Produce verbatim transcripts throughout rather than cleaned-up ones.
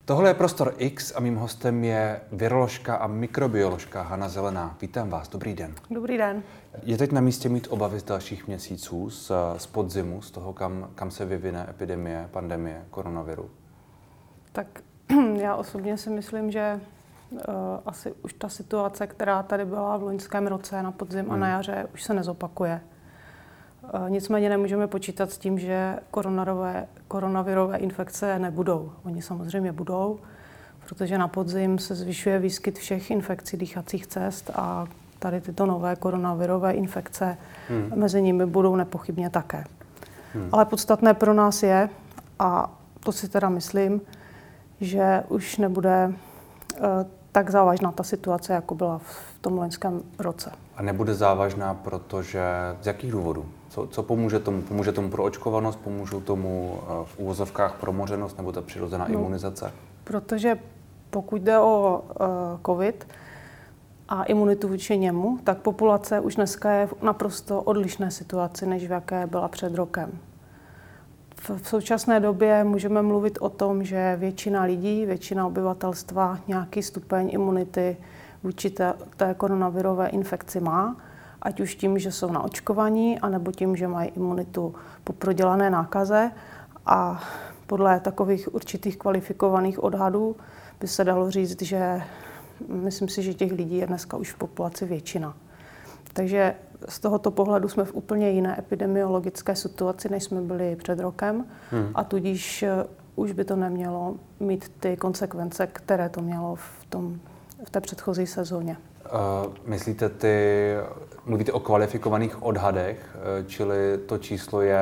Tohle je Prostor X a mým hostem je viroložka a mikrobioložka Hana Zelená. Vítám vás, dobrý den. Dobrý den. Je teď na místě mít obavy z dalších měsíců, z, z podzimu, z toho, kam, kam se vyvine epidemie, pandemie koronaviru? Tak já osobně si myslím, že uh, asi už ta situace, která tady byla v loňském roce na podzim hmm. a na jaře, už se nezopakuje. Uh, nicméně nemůžeme počítat s tím, že koronavirové, koronavirové infekce nebudou. Oni samozřejmě budou, protože na podzim se zvyšuje výskyt všech infekcí dýchacích cest a tady tyto nové koronavirové infekce hmm. mezi nimi budou nepochybně také. Hmm. Ale podstatné pro nás je, a to si teda myslím, že už nebude uh, tak závažná ta situace, jako byla v tom loňském roce. A nebude závažná, protože z jakých důvodů? Co, co pomůže tomu? Pomůže tomu pro očkovanost, pomůžou tomu uh, v uvozovkách promořenost nebo ta přirozená no, imunizace? Protože pokud jde o uh, covid a imunitu vůči němu, tak populace už dneska je v naprosto odlišné situaci, než v jaké byla před rokem. V současné době můžeme mluvit o tom, že většina lidí, většina obyvatelstva nějaký stupeň imunity vůči té, té koronavirové infekci má, ať už tím, že jsou naočkovaní, anebo tím, že mají imunitu po prodělané nákaze. A podle takových určitých kvalifikovaných odhadů by se dalo říct, že myslím si, že těch lidí je dneska už v populaci většina. Takže z tohoto pohledu jsme v úplně jiné epidemiologické situaci, než jsme byli před rokem. Hmm. A tudíž už by to nemělo mít ty konsekvence, které to mělo v, tom, v té předchozí sezóně. Uh, myslíte ty, mluvíte o kvalifikovaných odhadech, čili to číslo je,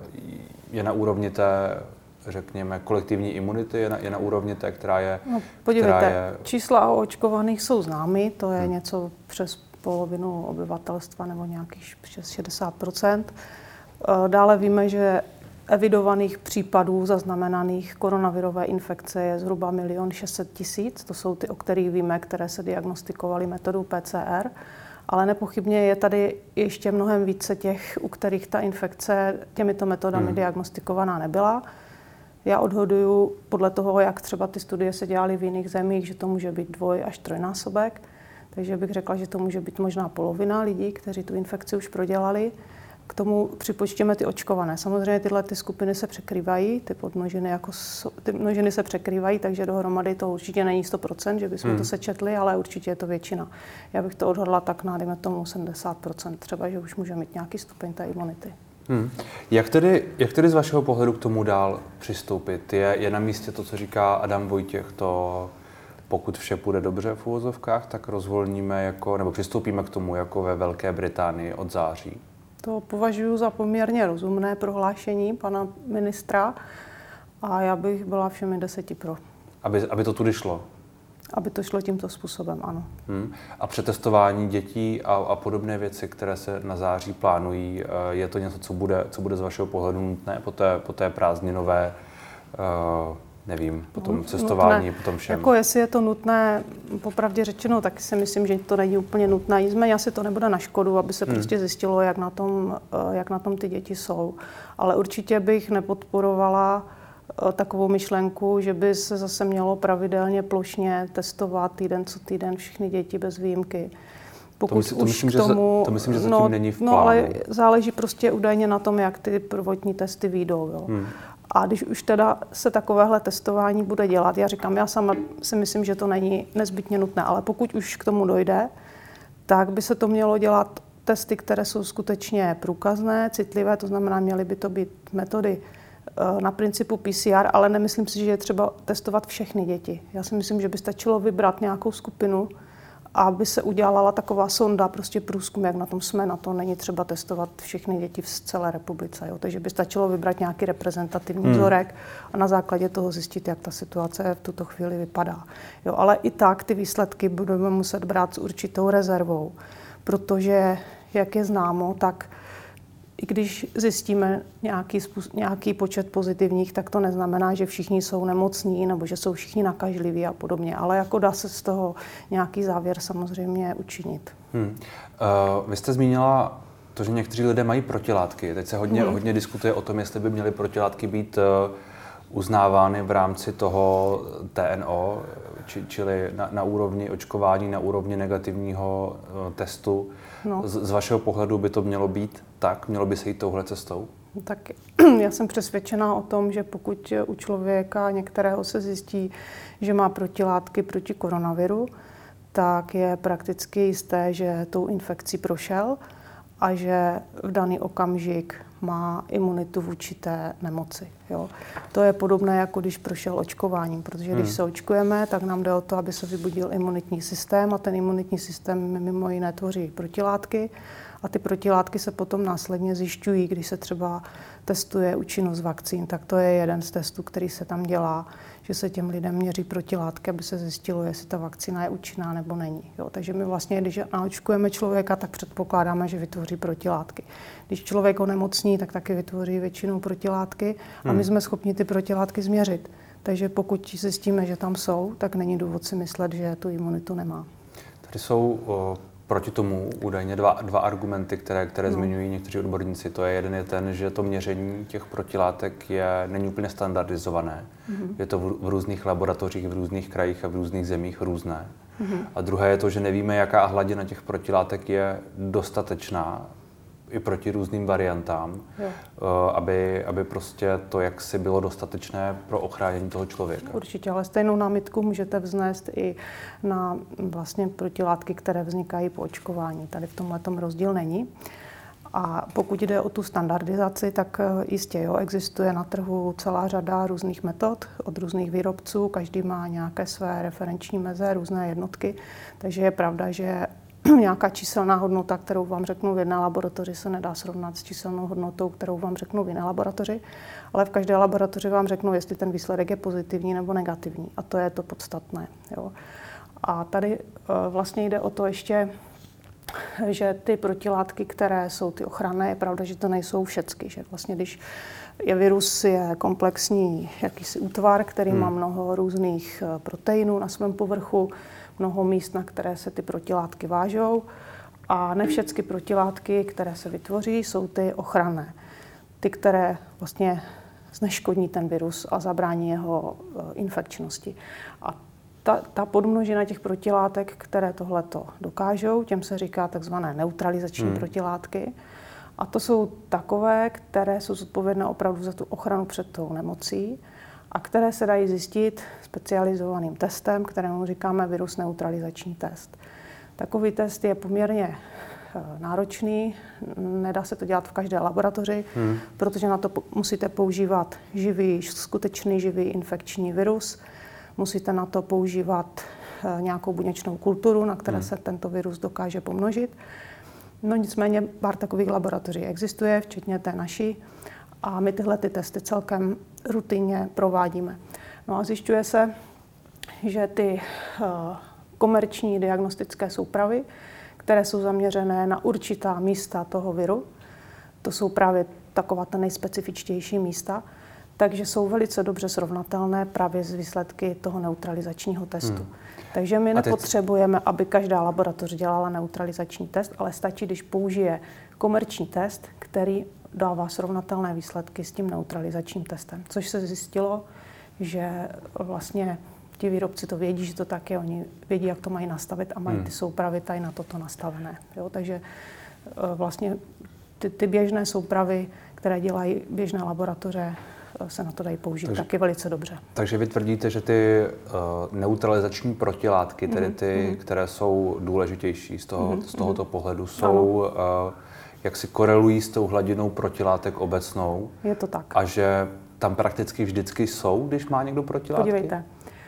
je na úrovni té, řekněme, kolektivní imunity, je na, je na úrovni té, která je... No, podívejte, která je... čísla o očkovaných jsou známy, to je hmm. něco přes polovinu obyvatelstva nebo nějakých přes šedesát procent. Dále víme, že evidovaných případů zaznamenaných koronavirové infekce je zhruba milion šest set tisíc. To jsou ty, o kterých víme, které se diagnostikovaly metodou P C R. Ale nepochybně je tady ještě mnohem více těch, u kterých ta infekce těmito metodami hmm. diagnostikovaná nebyla. Já odhoduju podle toho, jak třeba ty studie se dělaly v jiných zemích, že to může být dvoj až trojnásobek. Takže bych řekla, že to může být možná polovina lidí, kteří tu infekci už prodělali. K tomu připočtěme ty očkované. Samozřejmě tyhle ty skupiny se překrývají, ty podmnožiny, jako ty množiny se překrývají, takže dohromady to určitě není sto procent, že bychom hmm. to sečetli, ale určitě je to většina. Já bych to odhodla tak na, dejme tomu, sedmdesát procent, třeba, že už může mít nějaký stupeň té imunity. Hmm. Jak, tedy, jak tedy z vašeho pohledu k tomu dál přistoupit? Je, je na místě to, co říká Adam Vojtěch, to... Pokud vše půjde dobře v uvozovkách, tak rozvolníme jako, nebo přistoupíme k tomu jako ve Velké Británii od září. To považuji za poměrně rozumné prohlášení pana ministra a já bych byla všemi deseti pro. Aby, aby to tudy šlo? Aby to šlo tímto způsobem, ano. Hmm. A přetestování dětí a, a podobné věci, které se na září plánují, je to něco, co bude, co bude z vašeho pohledu nutné po té, po té prázdninové uh, nevím, potom cestování, nutné. Potom všem. Jako jestli je to nutné, popravdě řečeno, tak si myslím, že to není úplně nutné. Nicméně asi to nebude na škodu, aby se hmm. prostě zjistilo, jak na tom, jak na tom ty děti jsou. Ale určitě bych nepodporovala takovou myšlenku, že by se zase mělo pravidelně plošně testovat týden co týden všechny děti bez výjimky. Pokud to myslím, to myslím, už k tomu, že, to myslím, že zatím no, není v plánu. No, ale záleží prostě údajně na tom, jak ty prvotní testy vyjdou. Jo. Hmm. A když už teda se takovéhle testování bude dělat, já říkám, já sama si myslím, že to není nezbytně nutné, ale pokud už k tomu dojde, tak by se to mělo dělat testy, které jsou skutečně průkazné, citlivé, to znamená, měly by to být metody na principu P C R, ale nemyslím si, že je třeba testovat všechny děti. Já si myslím, že by stačilo vybrat nějakou skupinu, aby se udělala taková sonda, prostě průzkum, jak na tom jsme, na to není třeba testovat všechny děti v celé republice. Jo. Takže by stačilo vybrat nějaký reprezentativní hmm. vzorek a na základě toho zjistit, jak ta situace v tuto chvíli vypadá. Jo, ale i tak ty výsledky budeme muset brát s určitou rezervou, protože, jak je známo, tak i když zjistíme nějaký, nějaký počet pozitivních, tak to neznamená, že všichni jsou nemocní nebo že jsou všichni nakažliví a podobně. Ale jako dá se z toho nějaký závěr samozřejmě učinit. Hmm. Uh, vy jste zmínila to, že někteří lidé mají protilátky. Teď se hodně, hmm. hodně diskutuje o tom, jestli by měly protilátky být uh, uznávány v rámci toho T N O, či, čili na, na úrovni očkování, na úrovni negativního uh, testu. No. Z, z vašeho pohledu by to mělo být tak? Mělo by se jít touhle cestou? Tak já jsem přesvědčená o tom, že pokud u člověka některého se zjistí, že má protilátky proti koronaviru, tak je prakticky jisté, že tou infekcí prošel a že v daný okamžik má imunitu vůči té nemoci. Jo. To je podobné, jako když prošel očkováním, protože když hmm. se očkujeme, tak nám jde o to, aby se vybudil imunitní systém a ten imunitní systém mimo jiné tvoří protilátky a ty protilátky se potom následně zjišťují, když se třeba testuje účinnost vakcín, tak to je jeden z testů, který se tam dělá, že se těm lidem měří protilátky, aby se zjistilo, jestli ta vakcína je účinná nebo není. Jo, takže my vlastně, když naočkujeme člověka, tak předpokládáme, že vytvoří protilátky. Když člověk onemocní, tak taky vytvoří většinou protilátky a my jsme schopni ty protilátky změřit. Takže pokud zjistíme, že tam jsou, tak není důvod si myslet, že tu imunitu nemá. Tady jsou o, proti tomu údajně dva, dva argumenty, které, které no. zmiňují někteří odborníci. To je jeden je ten, že to měření těch protilátek je, není úplně standardizované. Mm-hmm. Je to v, v různých laboratořích, v různých krajích a v různých zemích různé. Mm-hmm. A druhé je to, že nevíme, jaká hladina těch protilátek je dostatečná i proti různým variantám, jo. aby, aby prostě to jaksi bylo dostatečné pro ochránění toho člověka. Určitě, ale stejnou námitku můžete vznést i na vlastně protilátky, které vznikají po očkování. Tady v tomhle tom rozdíl není. A pokud jde o tu standardizaci, tak jistě jo, existuje na trhu celá řada různých metod od různých výrobců. Každý má nějaké své referenční meze, různé jednotky. Takže je pravda, že nějaká číselná hodnota, kterou vám řeknu v jedné laboratoři, se nedá srovnat s číselnou hodnotou, kterou vám řeknu v jiné laboratoři, ale v každé laboratoři vám řeknu, jestli ten výsledek je pozitivní nebo negativní. A to je to podstatné. Jo. A tady vlastně jde o to ještě, že ty protilátky, které jsou ty ochranné, je pravda, že to nejsou všecky. Že vlastně, když je virus je komplexní jakýsi útvar, který hmm. má mnoho různých proteinů na svém povrchu, mnoho míst, na které se ty protilátky vážou a ne všechny protilátky, které se vytvoří, jsou ty ochranné. Ty, které vlastně zneškodní ten virus a zabrání jeho infekčnosti. A ta, ta podmnožina těch protilátek, které tohleto dokážou, těm se říká takzvané neutralizační hmm. protilátky. A to jsou takové, které jsou zodpovědné opravdu za tu ochranu před tou nemocí a které se dají zjistit specializovaným testem, kterému říkáme virus neutralizační test. Takový test je poměrně náročný, nedá se to dělat v každé laboratoři, hmm. protože na to musíte používat živý, skutečný živý infekční virus, musíte na to používat nějakou buněčnou kulturu, na které hmm. se tento virus dokáže pomnožit. No nicméně pár takových laboratoří existuje, včetně té naší, a my tyhle ty testy celkem rutinně provádíme. No a zjišťuje se, že ty uh, komerční diagnostické soupravy, které jsou zaměřené na určitá místa toho viru, to jsou právě taková ta nejspecifičtější místa, takže jsou velice dobře srovnatelné právě s výsledky toho neutralizačního testu. Hmm. Takže my nepotřebujeme, aby každá laboratoř dělala neutralizační test, ale stačí, když použije komerční test, který dává srovnatelné výsledky s tím neutralizačním testem. Což se zjistilo, že vlastně ti výrobci to vědí, že to tak je, oni vědí, jak to mají nastavit a mají ty soupravy tady na toto nastavené. Jo? Takže vlastně ty, ty běžné soupravy, které dělají běžné laboratoře, se na to dají použít takže, taky velice dobře. Takže vy tvrdíte, že ty uh, neutralizační protilátky, tedy ty, mm-hmm. které jsou důležitější z, toho, mm-hmm. z tohoto pohledu, jsou, uh, jak si korelují s tou hladinou protilátek obecnou. Je to tak. A že tam prakticky vždycky jsou, když má někdo protilátky? Podívejte,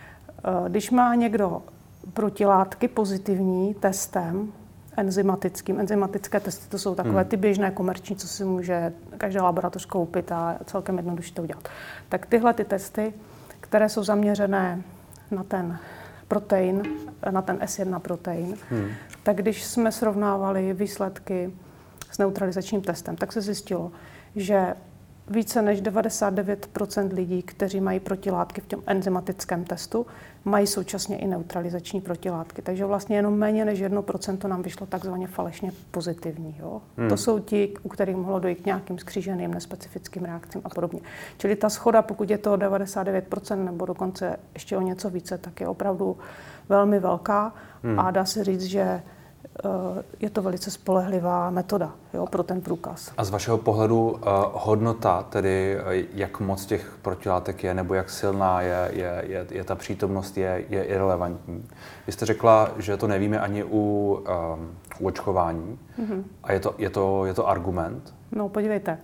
uh, když má někdo protilátky pozitivní testem, enzymatickým. Enzymatické testy to jsou takové hmm. ty běžné komerční, co si může každá laboratoř koupit a celkem jednoduše to udělat. Tak tyhle ty testy, které jsou zaměřené na ten protein, na ten S jedna protein, hmm. tak když jsme srovnávali výsledky s neutralizačním testem, tak se zjistilo, že více než devadesát devět procent lidí, kteří mají protilátky v tom enzymatickém testu, mají současně i neutralizační protilátky. Takže vlastně jenom méně než jedno procento nám vyšlo takzvaně falešně pozitivní. Jo? Hmm. To jsou ti, u kterých mohlo dojít k nějakým skříženým nespecifickým reakcím a podobně. Čili ta shoda, pokud je to devadesát devět procent nebo dokonce ještě o něco více, tak je opravdu velmi velká hmm. a dá se říct, že je to velice spolehlivá metoda, jo, pro ten průkaz. A z vašeho pohledu uh, hodnota, tedy jak moc těch protilátek je, nebo jak silná je, je, je, je ta přítomnost, je, je irelevantní. Vy jste řekla, že to nevíme ani u, um, u očkování. Mm-hmm. A je to, je, to, je to argument? No, podívejte.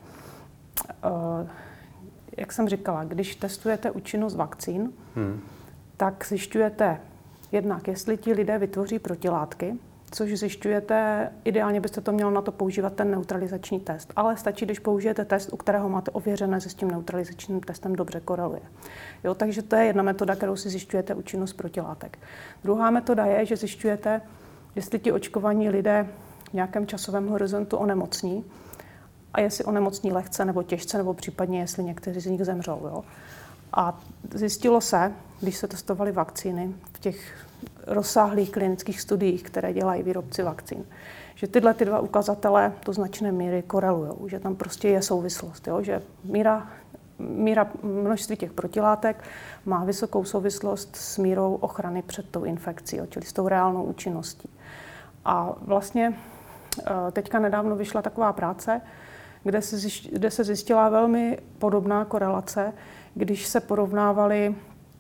Uh, jak jsem říkala, když testujete účinnost vakcín, hmm. tak zjišťujete jednak, jestli ti lidé vytvoří protilátky, což zjišťujete, ideálně byste to měl na to používat ten neutralizační test. Ale stačí, když použijete test, u kterého máte ověřené, že s tím neutralizačním testem dobře koreluje. Jo, takže to je jedna metoda, kterou si zjišťujete účinnost protilátek. Druhá metoda je, že zjišťujete, jestli ti očkovaní lidé v nějakém časovém horizontu onemocní a jestli onemocní lehce nebo těžce, nebo případně jestli někteří z nich zemřou. Jo. A zjistilo se, když se testovaly vakcíny v těch rozsáhlých klinických studiích, které dělají výrobci vakcín, že tyhle ty dva ukazatele do značné míry korelují, že tam prostě je souvislost, jo? Že míra, míra množství těch protilátek má vysokou souvislost s mírou ochrany před tou infekcí, jo? Čili s tou reálnou účinností. A vlastně teďka nedávno vyšla taková práce, kde se, zjišť, kde se zjistila velmi podobná korelace, když se porovnávaly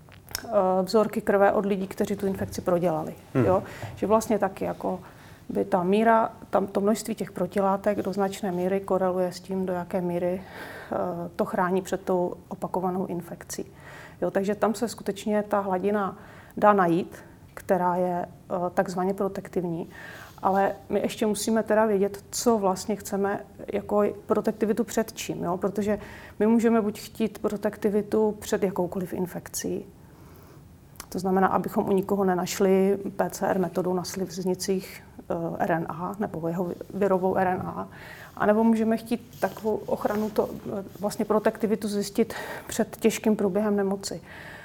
vzorky krve od lidí, kteří tu infekci prodělali. Hmm. Jo? Že vlastně taky jako by ta míra, tam to množství těch protilátek do značné míry koreluje s tím, do jaké míry uh, to chrání před tou opakovanou infekcí. Jo? Takže tam se skutečně ta hladina dá najít, která je uh, takzvaně protektivní. Ale my ještě musíme teda vědět, co vlastně chceme jako protektivitu před čím. Jo? Protože my můžeme buď chtít protektivitu před jakoukoliv infekcí. To znamená, abychom u nikoho nenašli P C R metodou na sliznicích R N A nebo jeho virovou R N A. A nebo můžeme chtít takovou ochranu, to, vlastně protektivitu zjistit před těžkým průběhem nemoci.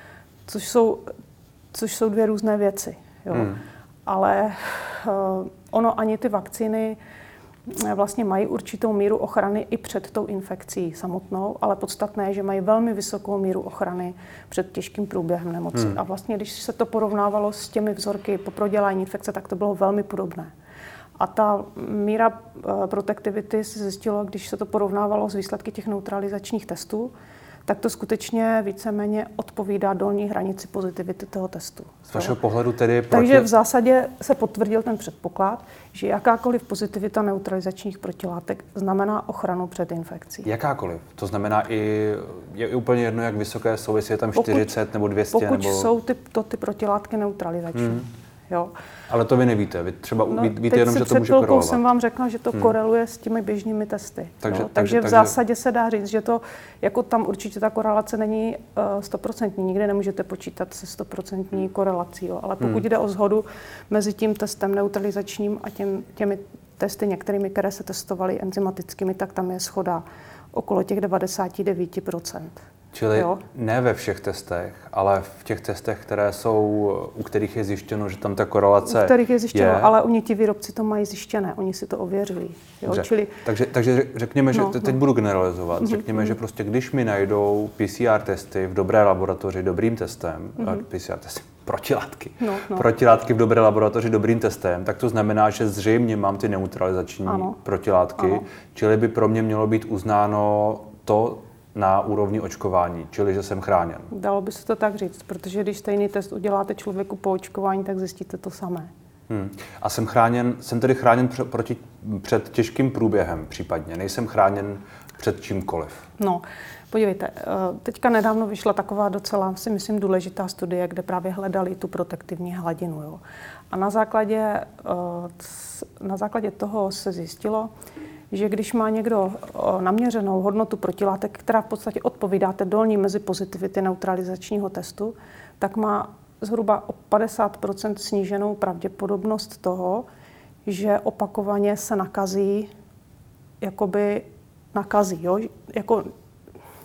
Což jsou, což jsou dvě různé věci. Jo? Hmm. Ale uh, ono ani ty vakcíny vlastně mají určitou míru ochrany i před tou infekcí samotnou, ale podstatné je, že mají velmi vysokou míru ochrany před těžkým průběhem nemoci. Hmm. A vlastně, když se to porovnávalo s těmi vzorky po prodělání infekce, tak to bylo velmi podobné. A ta míra protektivity se zjistilo, když se to porovnávalo s výsledky těch neutralizačních testů, tak to skutečně víceméně odpovídá dolní hranici pozitivity toho testu. Z vašeho pohledu tedy... Proti... Takže v zásadě se potvrdil ten předpoklad, že jakákoliv pozitivita neutralizačních protilátek znamená ochranu před infekcí. Jakákoliv? To znamená i, je úplně jedno, jak vysoké jsou, jestli je tam čtyřicet pokud, nebo dvě stě? Pokud nebo... jsou ty, to ty protilátky neutralizační. Hmm. Jo. Ale to vy nevíte, vy třeba no, ví, víte jenom, že to může korelovat. Teď jsem vám řekla, že to hmm. koreluje s těmi běžnými testy. Takže, takže, takže, takže v zásadě se dá říct, že to, jako tam určitě ta korelace není stoprocentní, uh, nikdy nemůžete počítat se stoprocentní korelací, jo. Ale pokud hmm. jde o shodu mezi tím testem neutralizačním a těm, těmi testy některými, které se testovaly enzymatickými, tak tam je shoda okolo těch devadesát devět procent. Čili jo? Ne ve všech testech, ale v těch testech, které jsou, u kterých je zjištěno, že tam ta korelace je. U kterých je zjištěno, je. Ale oni ti výrobci to mají zjištěné, oni si to ověřují. Jo? Čili... Takže, takže řekněme, že no, teď no. budu generalizovat, mm-hmm. řekněme, mm-hmm. že prostě když mi najdou P C R testy v dobré laboratoři dobrým testem, mm-hmm. P C R testy, protilátky, no, no. protilátky v dobré laboratoři dobrým testem, tak to znamená, že zřejmě mám ty neutralizační ano. protilátky, ano. Čili by pro mě mělo být uznáno to, na úrovni očkování, čili že jsem chráněn. Dalo by se to tak říct, protože když stejný test uděláte člověku po očkování, tak zjistíte to samé. Hmm. A jsem chráněn, jsem tedy chráněn pr- proti, před těžkým průběhem případně, nejsem chráněn před čímkoliv. No, podívejte, teďka nedávno vyšla taková docela, si myslím, důležitá studie, kde právě hledali tu protektivní hladinu. Jo. A na základě, na základě toho se zjistilo, že když má někdo naměřenou hodnotu protilátek, která v podstatě odpovídá té dolní mezi pozitivity neutralizačního testu, tak má zhruba o padesát procent sníženou pravděpodobnost toho, že opakovaně se nakazí, jakoby nakazí. Jo? Jako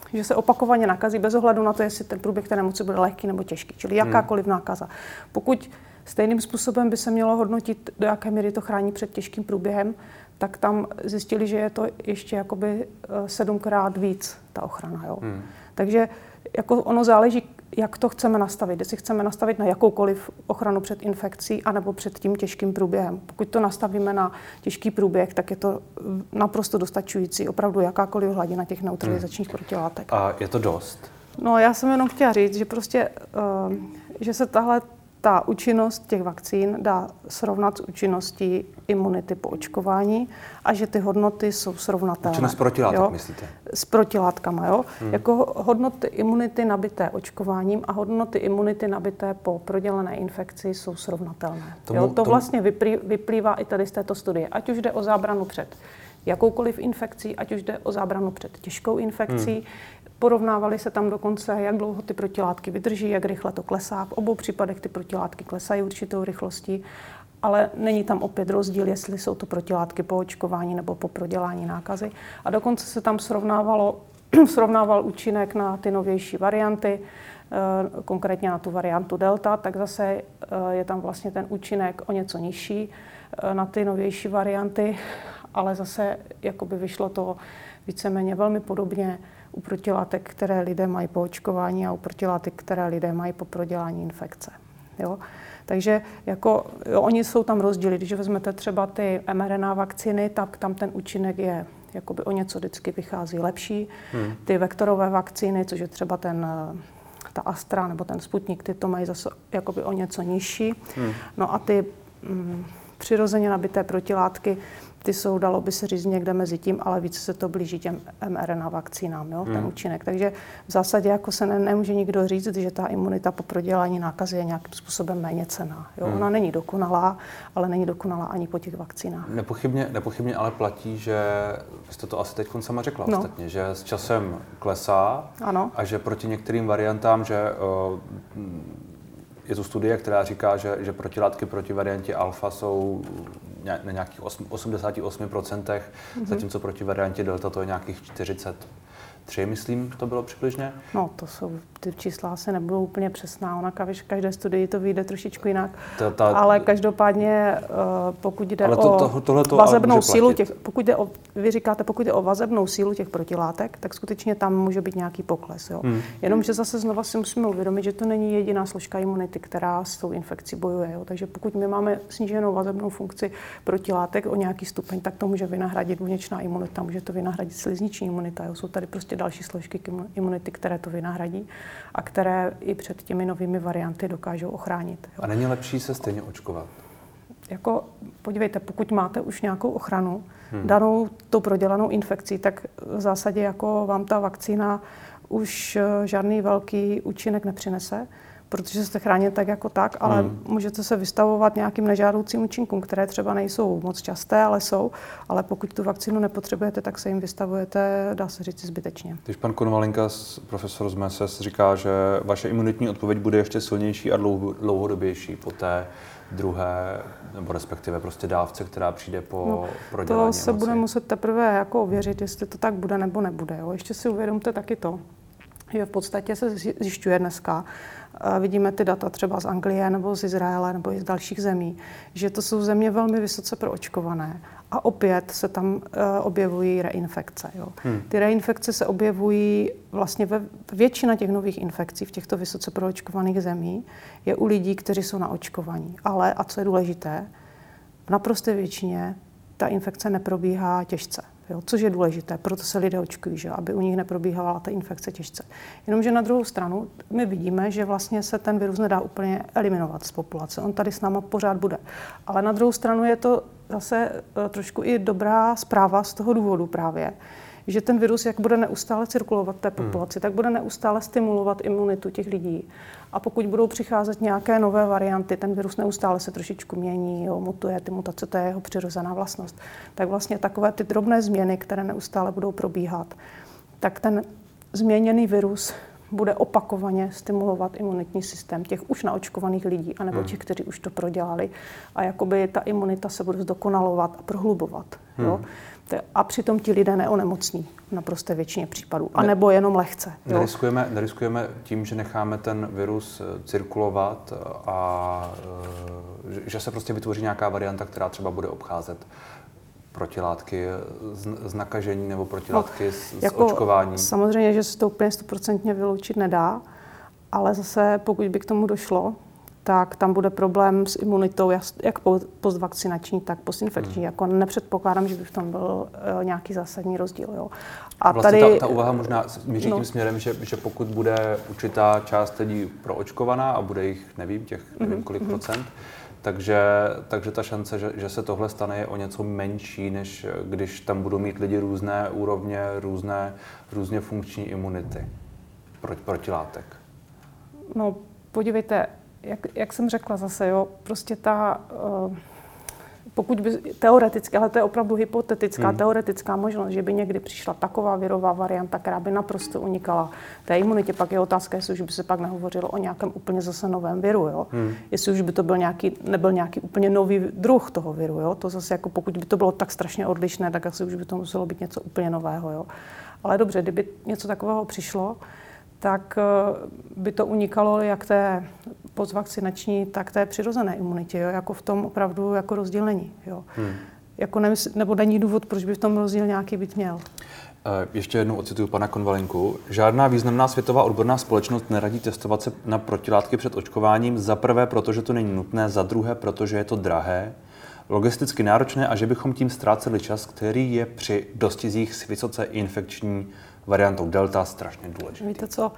že se opakovaně nakazí bez ohledu na to, jestli ten průběh té nemoci bude lehký nebo těžký, čili jakákoliv nákaza. Pokud stejným způsobem by se mělo hodnotit, do jaké míry to chrání před těžkým průběhem, tak tam zjistili, že je to ještě jakoby sedmkrát víc ta ochrana. Jo? Hmm. Takže jako ono záleží, jak to chceme nastavit. Jestli chceme nastavit na jakoukoliv ochranu před infekcí anebo před tím těžkým průběhem. Pokud to nastavíme na těžký průběh, tak je to naprosto dostačující, opravdu jakákoliv hladina těch neutralizačních hmm. protilátek. A je to dost? No, já jsem jenom chtěla říct, že prostě, uh, že se tahle ta účinnost těch vakcín dá srovnat s účinností imunity po očkování a že ty hodnoty jsou srovnatelné. Účinnost protilátek, myslíte? S protilátkama, jo. Hmm. Jako hodnoty imunity nabité očkováním a hodnoty imunity nabité po prodělané infekci jsou srovnatelné. Tomu, jo? To tomu... vlastně vyplý, vyplývá i tady z této studie. Ať už jde o zábranu před jakoukoliv infekcí, ať už jde o zábranu před těžkou infekcí, hmm. Porovnávali se tam dokonce, jak dlouho ty protilátky vydrží, jak rychle to klesá. V obou případech ty protilátky klesají určitou rychlostí, ale není tam opět rozdíl, jestli jsou to protilátky po očkování nebo po prodělání nákazy. A dokonce se tam srovnávalo, srovnával účinek na ty novější varianty, konkrétně na tu variantu Delta, tak zase je tam vlastně ten účinek o něco nižší na ty novější varianty, ale zase jakoby vyšlo to víceméně velmi podobně u protilátek, které lidé mají po očkování a u protilátek, které lidé mají po prodělání infekce. Jo? Takže jako, jo, oni jsou tam rozdíly. Když vezmete třeba ty mRNA vakcíny, tak tam ten účinek je jakoby o něco vždycky vychází lepší. Hmm. Ty vektorové vakcíny, což je třeba ten, ta Astra nebo ten Sputnik, ty to mají zase jakoby o něco nižší. Hmm. No a ty mm, přirozeně nabité protilátky, ty jsou, dalo by se říct, někde mezi tím, ale více se to blíží těm mRNA vakcínám, jo, ten hmm. účinek. Takže v zásadě jako se ne, nemůže nikdo říct, že ta imunita po prodělání nákazy je nějakým způsobem méněcenná. Jo. Hmm. Ona není dokonalá, ale není dokonalá ani po těch vakcínách. Nepochybně, nepochybně ale platí, že vy jste to asi teď sama řekla no. ostatně, že s časem klesá ano. a že proti některým variantám, že uh, je tu studie, která říká, že, že protilátky proti variantě alfa jsou na nějakých osmdesát osm procent, mm-hmm. zatímco proti variantě delta to je nějakých čtyřicet tři, myslím, to bylo přibližně. No, to jsou, ty čísla asi nebudou úplně přesná, ona každé studii to vyjde trošičku jinak, ta, ta, ale každopádně pokud jde to, o to, vazebnou sílu těch, pokud jde o, vy říkáte, pokud jde o vazebnou sílu těch protilátek, tak skutečně tam může být nějaký pokles, jo. Hmm. Jenomže zase znova si musíme uvědomit, že to není jediná složka imunity, která s tou infekcí bojuje, jo. Takže pokud my máme sníženou vazebnou funkci protilátek o nějaký stupeň, tak to může vynahradit buněčná imunita, může to vynahradit slizniční imunita, jo. Jsou tady prostě další složky imunity, které to vynahradí a které i před těmi novými varianty dokážou ochránit. Jo. A není lepší se stejně očkovat? Jako, podívejte, pokud máte už nějakou ochranu, hmm. danou tou prodělanou infekcí, tak v zásadě jako vám ta vakcína už žádný velký účinek nepřinese, protože jste chráněni tak jako tak, ale hmm. můžete se vystavovat nějakým nežádoucím účinkům, které třeba nejsou moc časté, ale jsou. Ale pokud tu vakcínu nepotřebujete, tak se jim vystavujete, dá se říct, zbytečně. Když pan Konvalinka, profesor z M S S, říká, že vaše imunitní odpověď bude ještě silnější a dlouhodobější po té druhé, nebo respektive prostě dávce, která přijde po no, prodělání To se bude muset teprve jako ověřit, jestli to tak bude nebo nebude. Jo. Ještě si uvědomte taky to, že v podstatě se zjišťuje dneska, vidíme ty data třeba z Anglie nebo z Izraele nebo i z dalších zemí, že to jsou země velmi vysoce proočkované a opět se tam uh, objevují reinfekce. Jo. Hmm. Ty reinfekce se objevují vlastně ve většina těch nových infekcí v těchto vysoce proočkovaných zemí je u lidí, kteří jsou naočkovaní. Ale, a co je důležité, v naprosté většině ta infekce neprobíhá těžce. Jo, což je důležité, proto se lidé očkují, že, aby u nich neprobíhala ta infekce těžce. Jenomže na druhou stranu my vidíme, že vlastně se ten virus nedá úplně eliminovat z populace. On tady s náma pořád bude. Ale na druhou stranu je to zase trošku i dobrá zpráva z toho důvodu právě, že ten virus, jak bude neustále cirkulovat v té populaci, hmm. tak bude neustále stimulovat imunitu těch lidí. A pokud budou přicházet nějaké nové varianty, ten virus neustále se trošičku mění, jo, mutuje, ty mutace, to je jeho přirozená vlastnost. Tak vlastně takové ty drobné změny, které neustále budou probíhat, tak ten změněný virus bude opakovaně stimulovat imunitní systém těch už naočkovaných lidí, anebo hmm. těch, kteří už to prodělali. A jakoby ta imunita se bude zdokonalovat a prohlubovat. Hmm. Jo? A přitom ti lidé neonemocní v naprosté většině případů, anebo jenom lehce. Neriskujeme, neriskujeme tím, že necháme ten virus cirkulovat a že se prostě vytvoří nějaká varianta, která třeba bude obcházet protilátky z, z nakažení nebo protilátky no, z, jako z očkování? Samozřejmě, že se to úplně stoprocentně vyloučit nedá, ale zase pokud by k tomu došlo, tak tam bude problém s imunitou, jak postvakcinační, tak postinfekční. Hmm. Jako nepředpokládám, že by v tom byl uh, nějaký zásadní rozdíl. Jo. A vlastně tady, ta, ta úvaha možná míří no. tím směrem, že, že pokud bude určitá část lidí proočkovaná a bude jich, nevím, těch nevím kolik hmm. procent, takže, takže ta šance, že, že se tohle stane, je o něco menší, než když tam budou mít lidi různé úrovně, různé, různě funkční imunity proti, protilátek. No, podívejte, Jak, jak jsem řekla zase, jo, prostě ta, uh, pokud by, teoreticky, ale to je opravdu hypotetická, hmm. teoretická možnost, že by někdy přišla taková virová varianta, která by naprosto unikala té imunitě, pak je otázka, jestli už by se pak nehovořilo o nějakém úplně zase novém viru, jo. Hmm. Jestli už by to byl nějaký, nebyl nějaký úplně nový druh toho viru, jo. To zase jako pokud by to bylo tak strašně odlišné, tak asi už by to muselo být něco úplně nového, jo. Ale dobře, kdyby něco takového přišlo, tak by to unikalo jak té postvakcinační, tak té přirozené imunitě, jo? Jako v tom opravdu jako rozdíl není. Jo? Hmm. Jako nemysl, nebo není důvod, proč by v tom rozdíl nějaký být měl. Ještě jednou ocituju pana Konvalinku. Žádná významná světová odborná společnost neradí testovat se na protilátky před očkováním. Za prvé, protože to není nutné, za druhé, protože je to drahé, logisticky náročné a že bychom tím ztráceli čas, který je při dostizích s vysoce infekční variantou delta strašně důležitý. Víte co,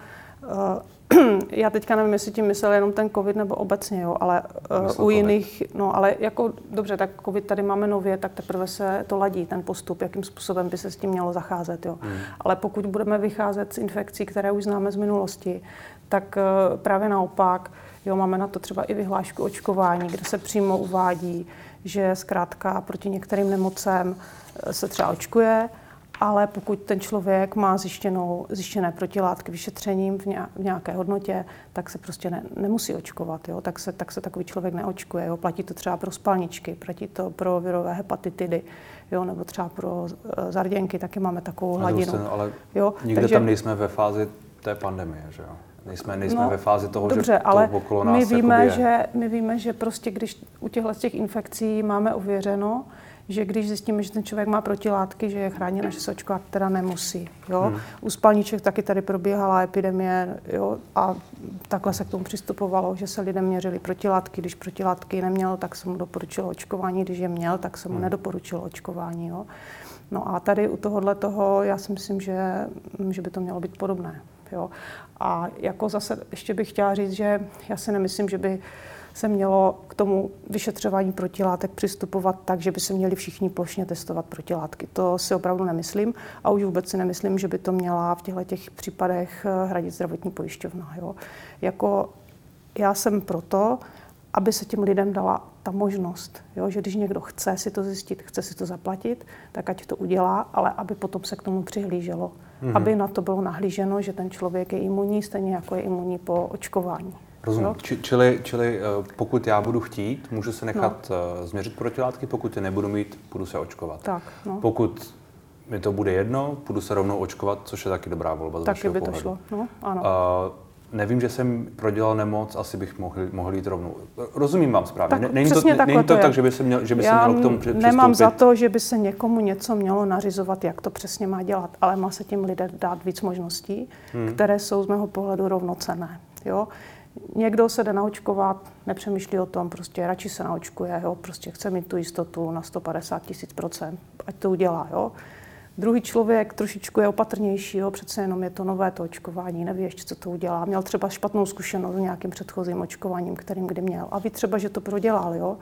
já teďka nevím, jestli tím myslel jenom ten covid nebo obecně, jo, ale Myslel u jiných, COVID. no ale jako dobře, tak covid tady máme nově, tak teprve se to ladí, ten postup, jakým způsobem by se s tím mělo zacházet, jo. Hmm. Ale pokud budeme vycházet z infekcí, které už známe z minulosti, tak právě naopak, jo, máme na to třeba i vyhlášku očkování, kde se přímo uvádí, že zkrátka proti některým nemocem se třeba očkuje, ale pokud ten člověk má zjištěnou, zjištěné protilátky vyšetřením v nějaké hodnotě, tak se prostě ne, nemusí očkovat. Jo? Tak, se, tak se takový člověk neočkuje. Jo? Platí to třeba pro spalničky, platí to pro virové hepatitidy, jo? Nebo třeba pro zarděnky, taky máme takovou hladinu. Ten, ale jo? nikde Takže, tam nejsme ve fázi té pandemie, že jo? Nejsme, nejsme no, ve fázi toho, dobře, že to ale okolo nás my víme, je. že My víme, že prostě když u těchto těch infekcí máme ověřeno, že když zjistíme, že ten člověk má protilátky, že je chráněn a že se očkovat teda nemusí. Jo? Hmm. U spalniček taky tady probíhala epidemie, jo? A takhle se k tomu přistupovalo, že se lidem měřili protilátky. Když protilátky neměl, tak se mu doporučilo očkování. Když je měl, tak se mu hmm. nedoporučilo očkování. Jo? No a tady u tohohle toho já si myslím, že, že by to mělo být podobné. Jo? A jako zase ještě bych chtěla říct, že já si nemyslím, že by se mělo k tomu vyšetřování protilátek přistupovat tak, že by se měli všichni plošně testovat protilátky. To si opravdu nemyslím a už vůbec si nemyslím, že by to měla v těchto těch případech hradit zdravotní pojišťovna. Jo. Jako já jsem proto, aby se těm lidem dala ta možnost, jo, že když někdo chce si to zjistit, chce si to zaplatit, tak ať to udělá, ale aby potom se k tomu přihlíželo. Mm-hmm. Aby na to bylo nahlíženo, že ten člověk je imunní, stejně jako je imunní po očkování. Rozumím. Či, čili, čili pokud já budu chtít, můžu se nechat no. změřit protilátky, pokud je nebudu mít, budu se očkovat. Tak, no. Pokud mi to bude jedno, budu se rovnou očkovat, což je taky dobrá volba z taky vašeho by pohledu. To šlo, no, ano. Uh, nevím, že jsem prodělal nemoc, asi bych mohl, mohl jít rovnou. Rozumím vám správně. Tak, není to, ne, není to tak, že by se, měl, že by se mělo k tomu přistoupit. Nemám za to, že by se někomu něco mělo nařizovat, jak to přesně má dělat, ale má se tím lidé dát víc možností, hmm. které jsou z mého pohledu rovnocenné. Jo? Někdo se jde naočkovat, nepřemýšlí o tom, prostě radši se naočkuje, jo? Prostě chce mít tu jistotu na sto padesát tisíc procent, ať to udělá. Jo? Druhý člověk trošičku je opatrnější, jo? Přece jenom je to nové to očkování, neví ještě, co to udělá. Měl třeba špatnou zkušenost s nějakým předchozím očkováním, kterým kdy měl. A ví třeba, že to prodělal. Jo?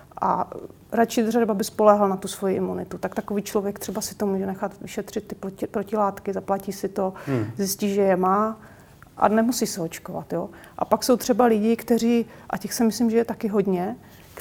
A radši třeba by spoléhal na tu svoji imunitu. Tak takový člověk třeba si to může nechat vyšetřit ty proti, protilátky, zaplatí si to, hmm. zjistí, že je má, a nemusí se očkovat. Jo? A pak jsou třeba lidi, kteří, a těch si myslím, že je taky hodně,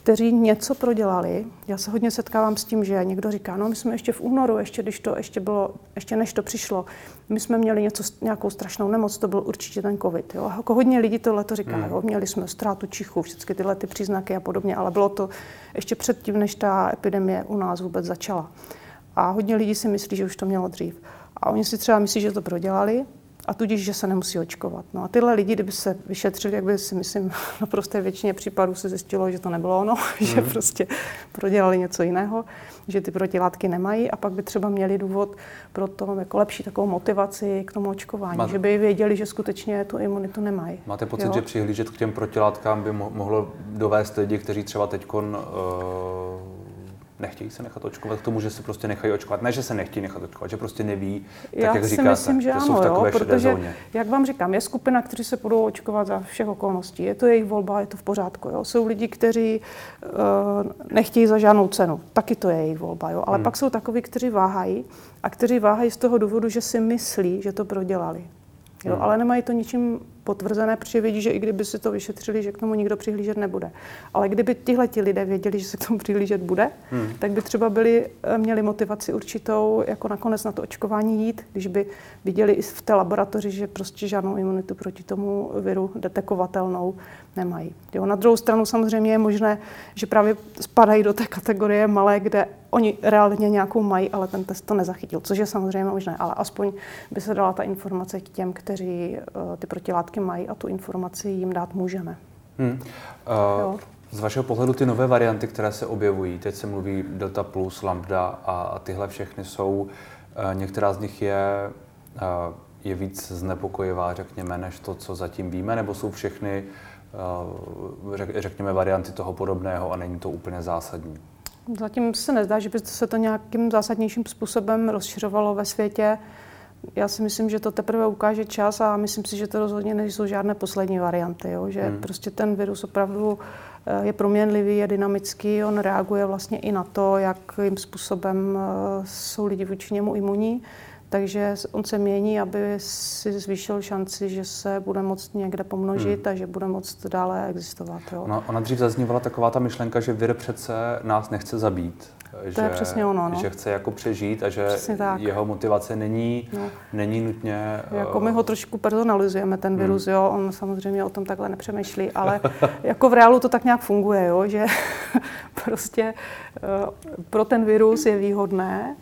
kteří něco prodělali. Já se hodně setkávám s tím, že někdo říká, no my jsme ještě v únoru, ještě, když to, ještě, bylo, ještě než to přišlo, my jsme měli něco, nějakou strašnou nemoc, to byl určitě ten covid. Jo. Jako hodně lidí tohle to říká, hmm. jo. Měli jsme ztrátu čichu, všechny tyhle ty příznaky a podobně, ale bylo to ještě předtím, než ta epidemie u nás vůbec začala. A hodně lidí si myslí, že už to mělo dřív. A oni si třeba myslí, že to prodělali, a tudíž, že se nemusí očkovat. No a tyhle lidi, kdyby se vyšetřili, jak by si myslím, na prosté většině případů se zjistilo, že to nebylo ono, mm. že prostě prodělali něco jiného, že ty protilátky nemají a pak by třeba měli důvod pro to jako lepší takovou motivaci k tomu očkování, Máte... že by věděli, že skutečně tu imunitu nemají. Máte pocit, jo? že přihlížet k těm protilátkám by mohlo dovést lidi, kteří třeba teďkon uh... nechtějí se nechat očkovat, k tomu, že se prostě nechají očkovat. Ne, že se nechtějí nechat očkovat, že prostě neví, tak Já jak si říkáte, myslím, že, že ano, jsou v takové jo, šedé zóně. Jak vám říkám, je skupina, kteří se budou očkovat za všech okolností. Je to jejich volba, je to v pořádku. Jo. Jsou lidi, kteří uh, nechtějí za žádnou cenu. Taky to je jejich volba. Jo. Ale hmm. pak jsou takoví, kteří váhají a kteří váhají z toho důvodu, že si myslí, že to prodělali. Jo, hmm. Ale nemají to ničím potvrzené, protože vědí, že i kdyby si to vyšetřili, že k tomu nikdo přihlížet nebude. Ale kdyby tihleti lidé věděli, že se k tomu přihlížet bude, hmm. tak by třeba byli, měli motivaci určitou, jako nakonec na to očkování jít, když by viděli i v té laboratoři, že prostě žádnou imunitu proti tomu viru detekovatelnou nemají. Jo, na druhou stranu samozřejmě je možné, že právě spadají do té kategorie malé, kde oni reálně nějakou mají, ale ten test to nezachytil, což je samozřejmě možné, ale aspoň by se dala ta informace k těm, kteří uh, ty protilátky mají a tu informaci jim dát můžeme. Hmm. Uh, z vašeho pohledu ty nové varianty, které se objevují, teď se mluví Delta plus, Lambda a, a tyhle všechny jsou, uh, některá z nich je, uh, je víc znepokojivá, řekněme, než to, co zatím víme, nebo jsou všechny, uh, řek, řekněme, varianty toho podobného a není to úplně zásadní? Zatím se nezdá, že by se to nějakým zásadnějším způsobem rozšiřovalo ve světě. Já si myslím, že to teprve ukáže čas a myslím si, že to rozhodně nejsou žádné poslední varianty. Jo? Že hmm. prostě ten virus opravdu je proměnlivý, je dynamický, on reaguje vlastně i na to, jakým způsobem jsou lidi vůči němu imunní. Takže on se mění, aby si zvýšil šanci, že se bude moct někde pomnožit hmm. a že bude moct dále existovat. Jo. Ona, ona dřív zaznívala taková ta myšlenka, že vir přece nás nechce zabít. To že, je přesně ono, no. Že chce jako přežít a že jeho motivace není, no. není nutně... Jako my ho trošku personalizujeme, ten virus, hmm. jo, on samozřejmě o tom takhle nepřemýšlí, ale jako v reálu to tak nějak funguje, jo, že prostě pro ten virus je výhodné,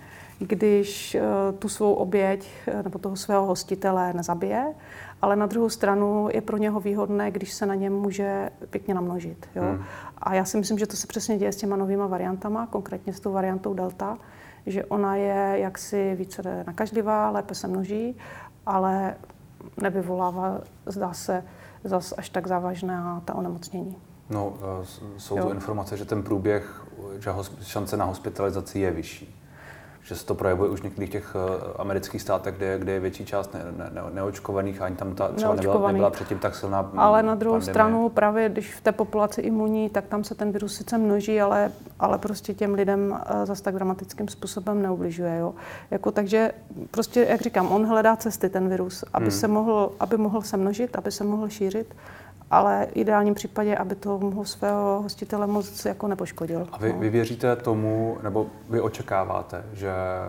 když uh, tu svou oběť nebo toho svého hostitele nezabije, ale na druhou stranu je pro něho výhodné, když se na něm může pěkně namnožit. Jo? Hmm. A já si myslím, že to se přesně děje s těma novýma variantama, konkrétně s tou variantou Delta, že ona je jaksi více nakažlivá, lépe se množí, ale nevyvolává, zdá se, zas až tak závažná ta onemocnění. No, jsou to informace, že ten průběh, že šance na hospitalizaci je vyšší. Že se to projevuje už v některých těch amerických státech, kde, kde je větší část ne, ne, neočkovaných a ani tam ta třeba nebyla, nebyla předtím tak silná Ale na druhou pandemie. Stranu právě, když v té populaci imunní, tak tam se ten virus sice množí, ale, ale prostě těm lidem zase tak dramatickým způsobem neubližuje. Jo? Jako, takže prostě, jak říkám, on hledá cesty, ten virus, aby, hmm. se mohl, aby mohl se množit, aby se mohl šířit, ale v ideálním případě, aby to mohl svého hostitele moc jako nepoškodil. A vy, no. vy věříte tomu, nebo vy očekáváte, že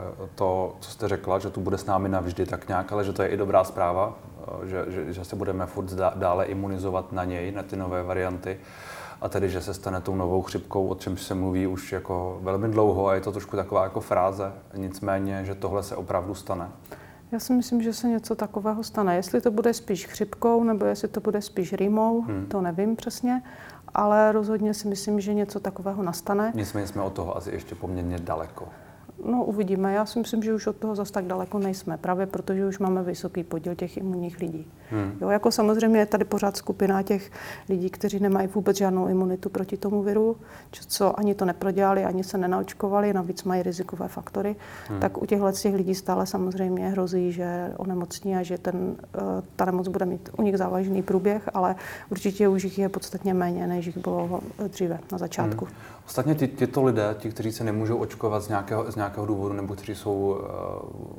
to, co jste řekla, že tu bude s námi navždy tak nějak, ale že to je i dobrá zpráva, že, že, že se budeme furt dále imunizovat na něj, na ty nové varianty, a tedy, že se stane tou novou chřipkou, o čemž se mluví už jako velmi dlouho a je to trošku taková jako fráze, nicméně, že tohle se opravdu stane. Já si myslím, že se něco takového stane. Jestli to bude spíš chřipkou, nebo jestli to bude spíš rýmou, hmm. to nevím přesně, ale rozhodně si myslím, že něco takového nastane. Nicméně jsme od toho asi ještě poměrně daleko. No, uvidíme. Já si myslím, že už od toho zas tak daleko nejsme, právě protože už máme vysoký podíl těch imunních lidí. Hmm. Jo, jako samozřejmě je tady pořád skupina těch lidí, kteří nemají vůbec žádnou imunitu proti tomu viru, co ani to neprodělali, ani se nenaočkovali, navíc mají rizikové faktory, hmm. tak u těchto těch lidí stále samozřejmě hrozí, že onemocní a že ten, ta nemoc bude mít u nich závažný průběh, ale určitě už jich je podstatně méně, než jich bylo dříve na začátku. Hmm. Ostatně ty, tyto lidé, ti, kteří se nemůžou očkovat z nějakého, z nějakého důvodu, nebo kteří jsou uh,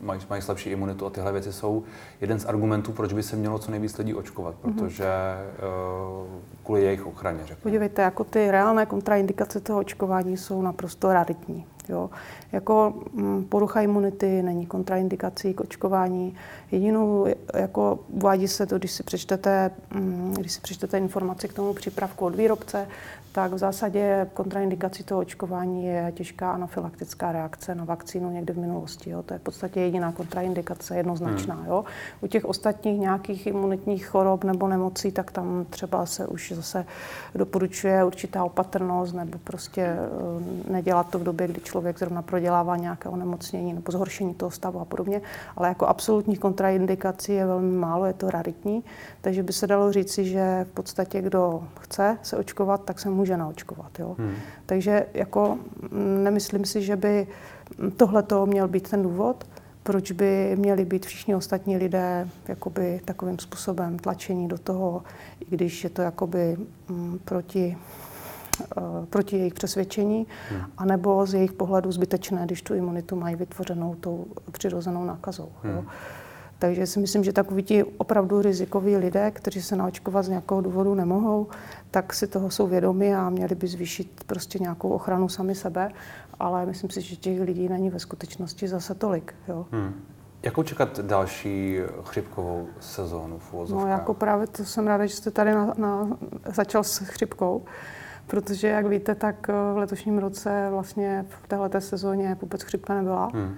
mají, mají slabší imunitu a tyhle věci jsou jeden z argumentů, proč by se mělo co nejvíc lidí očkovat, protože mm-hmm. uh, kvůli jejich ochraně, řekněme. Podívejte, jako ty reálné kontraindikace toho očkování jsou naprosto raritní. Jo. Jako m, porucha imunity není kontraindikací k očkování. Jedinou, jako uvádí se to, když si přečtete, m, když si přečtete informaci k tomu přípravku od výrobce, tak v zásadě kontraindikací toho očkování je těžká anafylaktická reakce na vakcínu někde v minulosti. Jo. To je v podstatě jediná kontraindikace, jednoznačná. Hmm. Jo. U těch ostatních nějakých imunitních chorob nebo nemocí, tak tam třeba se už zase doporučuje určitá opatrnost nebo prostě uh, nedělat to v době, kdy člověk zrovna prodělává nějaké onemocnění nebo zhoršení toho stavu a podobně. Ale jako absolutních kontraindikací je velmi málo, je to raritní. Takže by se dalo říci, že v podstatě kdo chce se očkovat, tak se může naočkovat. Jo? Hmm. Takže jako nemyslím si, že by tohleto měl být ten důvod, proč by měli být všichni ostatní lidé jakoby takovým způsobem tlačení do toho, i když je to jakoby m, proti, uh, proti jejich přesvědčení, hmm. anebo z jejich pohledu zbytečné, když tu imunitu mají vytvořenou tou přirozenou nákazou. Hmm. Jo? Takže si myslím, že takoví ti opravdu rizikoví lidé, kteří se naočkovat z nějakého důvodu nemohou, tak si toho jsou vědomi a měli by zvýšit prostě nějakou ochranu sami sebe, ale myslím si, že těch lidí není ve skutečnosti zase tolik. Jo. Hmm. Jakou čekat další chřipkovou sezónu v uvozovkách? No jako právě to jsem ráda, že jste tady na, na, začal s chřipkou, protože jak víte, tak v letošním roce vlastně v téhleté sezóně vůbec chřipka nebyla. Hmm.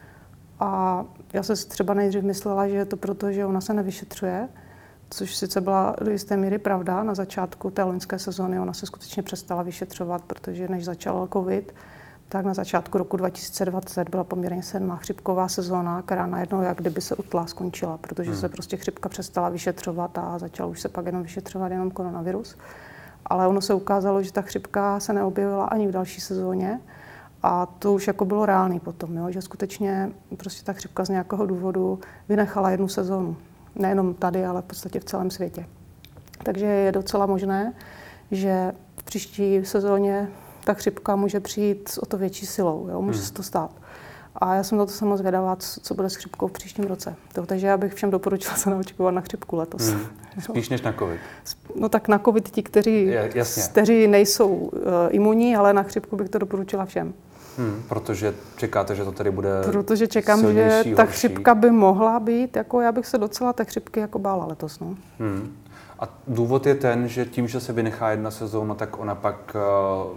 A já jsem si třeba nejdřív myslela, že je to proto, že ona se nevyšetřuje, což sice byla do jisté míry pravda. Na začátku té loňské sezóny ona se skutečně přestala vyšetřovat, protože než začal covid, tak na začátku roku dva tisíce dvacet byla poměrně silná chřipková sezóna, která najednou jak kdyby se utla, skončila, protože hmm. se prostě chřipka přestala vyšetřovat a začal už se pak jenom vyšetřovat jenom koronavirus. Ale ono se ukázalo, že ta chřipka se neobjevila ani v další sezóně. A to už jako bylo reálný potom, jo? Že skutečně prostě ta chřipka z nějakého důvodu vynechala jednu sezónu. Nejenom tady, ale v podstatě v celém světě. Takže je docela možné, že v příští sezóně ta chřipka může přijít s o to větší silou. Jo? Může hmm. se to stát. A já jsem na to sama zvědavá, co bude s chřipkou v příštím roce. To, takže já bych všem doporučila se naočkovat na chřipku letos. Hmm. Spíš než na covid. No tak na covid ti, kteří, kteří nejsou uh, imunní, ale na chřipku bych to doporučila všem. Hmm, protože čekáte, že to tady bude Protože čekám, že ta horší. chřipka by mohla být, jako já bych se docela té chřipky jako bála letos. No. Hmm. A důvod je ten, že tím, že se vynechá jedna sezóna, tak ona pak uh,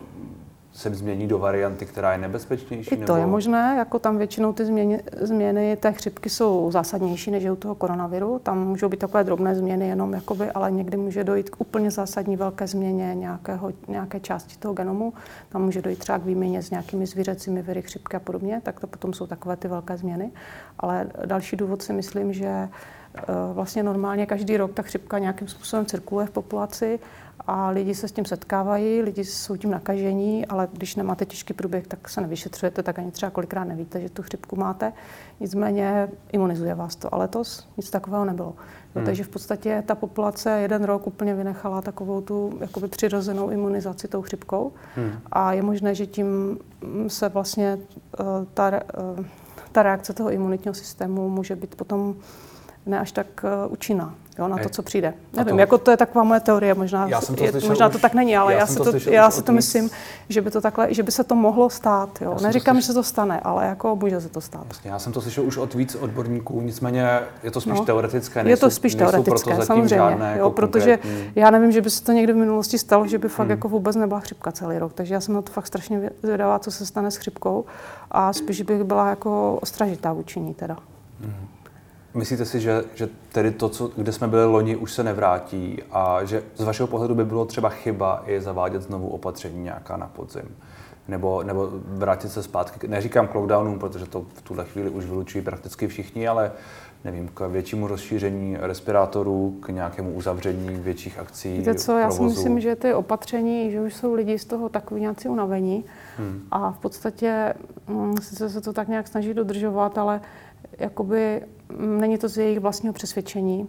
se změní do varianty, která je nebezpečnější? I to nebo... je možné, jako tam většinou ty změny, změny té chřipky jsou zásadnější než je u toho koronaviru. Tam můžou být takové drobné změny jenom, jakoby, ale někdy může dojít k úplně zásadní velké změně nějakého, nějaké části toho genomu. Tam může dojít třeba k výměně s nějakými zvířecími viry chřipky a podobně, tak to potom jsou takové ty velké změny. Ale další důvod si myslím, že vlastně normálně každý rok ta chřipka nějakým způsobem cirkuluje v populaci a lidi se s tím setkávají, lidi jsou tím nakažení, ale když nemáte těžký průběh, tak se nevyšetřujete, tak ani třeba kolikrát nevíte, že tu chřipku máte. Nicméně imunizuje vás to. A letos nic takového nebylo. Jo, hmm. Takže v podstatě ta populace jeden rok úplně vynechala takovou tu jakoby přirozenou imunizaci tou chřipkou. Hmm. A je možné, že tím se vlastně uh, ta, uh, ta reakce toho imunitního systému může být potom ne až tak uh, účinná, jo, na to, co přijde. Nevím, to, jako to je taková moje teorie, možná, to, je, možná už, to tak není, ale já, já si to, to, já si to myslím, že by, to takhle, že by se to mohlo stát. Jo. Neříkám, že se to stane, ale jako může se to stát. Vlastně, já jsem to slyšel už od víc odborníků, nicméně je to spíš no, teoretické. Nejsou, je to spíš teoretické, samozřejmě, žádné, jo, jako protože konkrétní... já nevím, že by se to někdy v minulosti stalo, že by fakt hmm. jako vůbec nebyla chřipka celý rok, takže já jsem na to fakt strašně zvědavá, co se stane s chřipkou a spíš bych byla jako ostražitá vůči ní teda. Hmm. Myslíte si, že, že tedy to, co, kde jsme byli loni, už se nevrátí a že z vašeho pohledu by bylo třeba chyba i zavádět znovu opatření nějaká na podzim? Nebo, nebo vrátit se zpátky, neříkám k lockdownům, protože to v tuhle chvíli už vylučují prakticky všichni, ale nevím, k většímu rozšíření respirátorů, k nějakému uzavření větších akcí, Víte co, já si myslím, že ty opatření, že už jsou lidi z toho takový nějací unavení hmm. a v podstatě hm, sice se to tak nějak snaží dodržovat, ale jakoby není to z jejich vlastního přesvědčení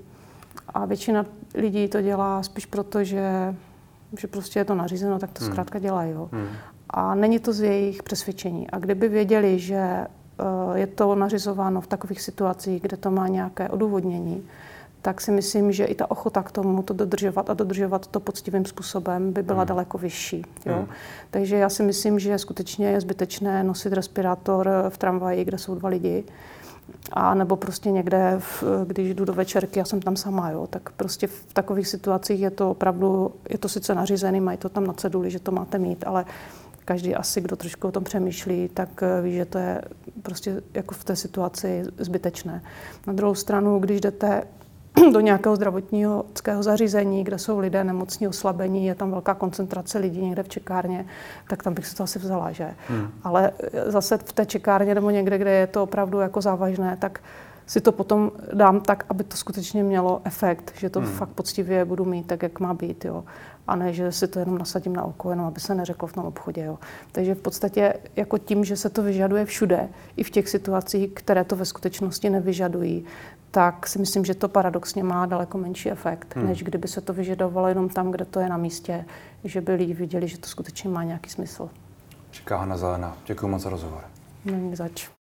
a většina lidí to dělá spíš proto, že, že prostě je to nařízeno, tak to hmm. zkrátka dělají. Jo. Hmm. A není to z jejich přesvědčení. A kdyby věděli, že je to nařizováno v takových situacích, kde to má nějaké odůvodnění, tak si myslím, že i ta ochota k tomu to dodržovat a dodržovat to poctivým způsobem by byla hmm. daleko vyšší. Jo? Hmm. Takže já si myslím, že skutečně je zbytečné nosit respirátor v tramvaji, kde jsou dva lidi, a nebo prostě někde, v, když jdu do večerky, já jsem tam sama, jo, tak prostě v takových situacích je to opravdu, je to sice nařízený, mají to tam na ceduli, že to máte mít, ale každý asi, kdo trošku o tom přemýšlí, tak ví, že to je prostě jako v té situaci zbytečné. Na druhou stranu, když jdete do nějakého zdravotního zařízení, kde jsou lidé nemocní, oslabení, je tam velká koncentrace lidí někde v čekárně, tak tam bych si to asi vzala, že? Hmm. Ale zase v té čekárně nebo někde, kde je to opravdu jako závažné, tak si to potom dám tak, aby to skutečně mělo efekt, že to hmm. fakt poctivě budu mít tak, jak má být, jo. A ne, že si to jenom nasadím na oko, jenom aby se neřeklo v tom obchodě, jo. Takže v podstatě jako tím, že se to vyžaduje všude, i v těch situacích, které to ve skutečnosti nevyžadují, tak si myslím, že to paradoxně má daleko menší efekt, hmm. než kdyby se to vyžadovalo jenom tam, kde to je na místě, že by lidi viděli, že to skutečně má nějaký smysl. Říká Hana Zelená. Děkuji moc za rozhovor. Není zač.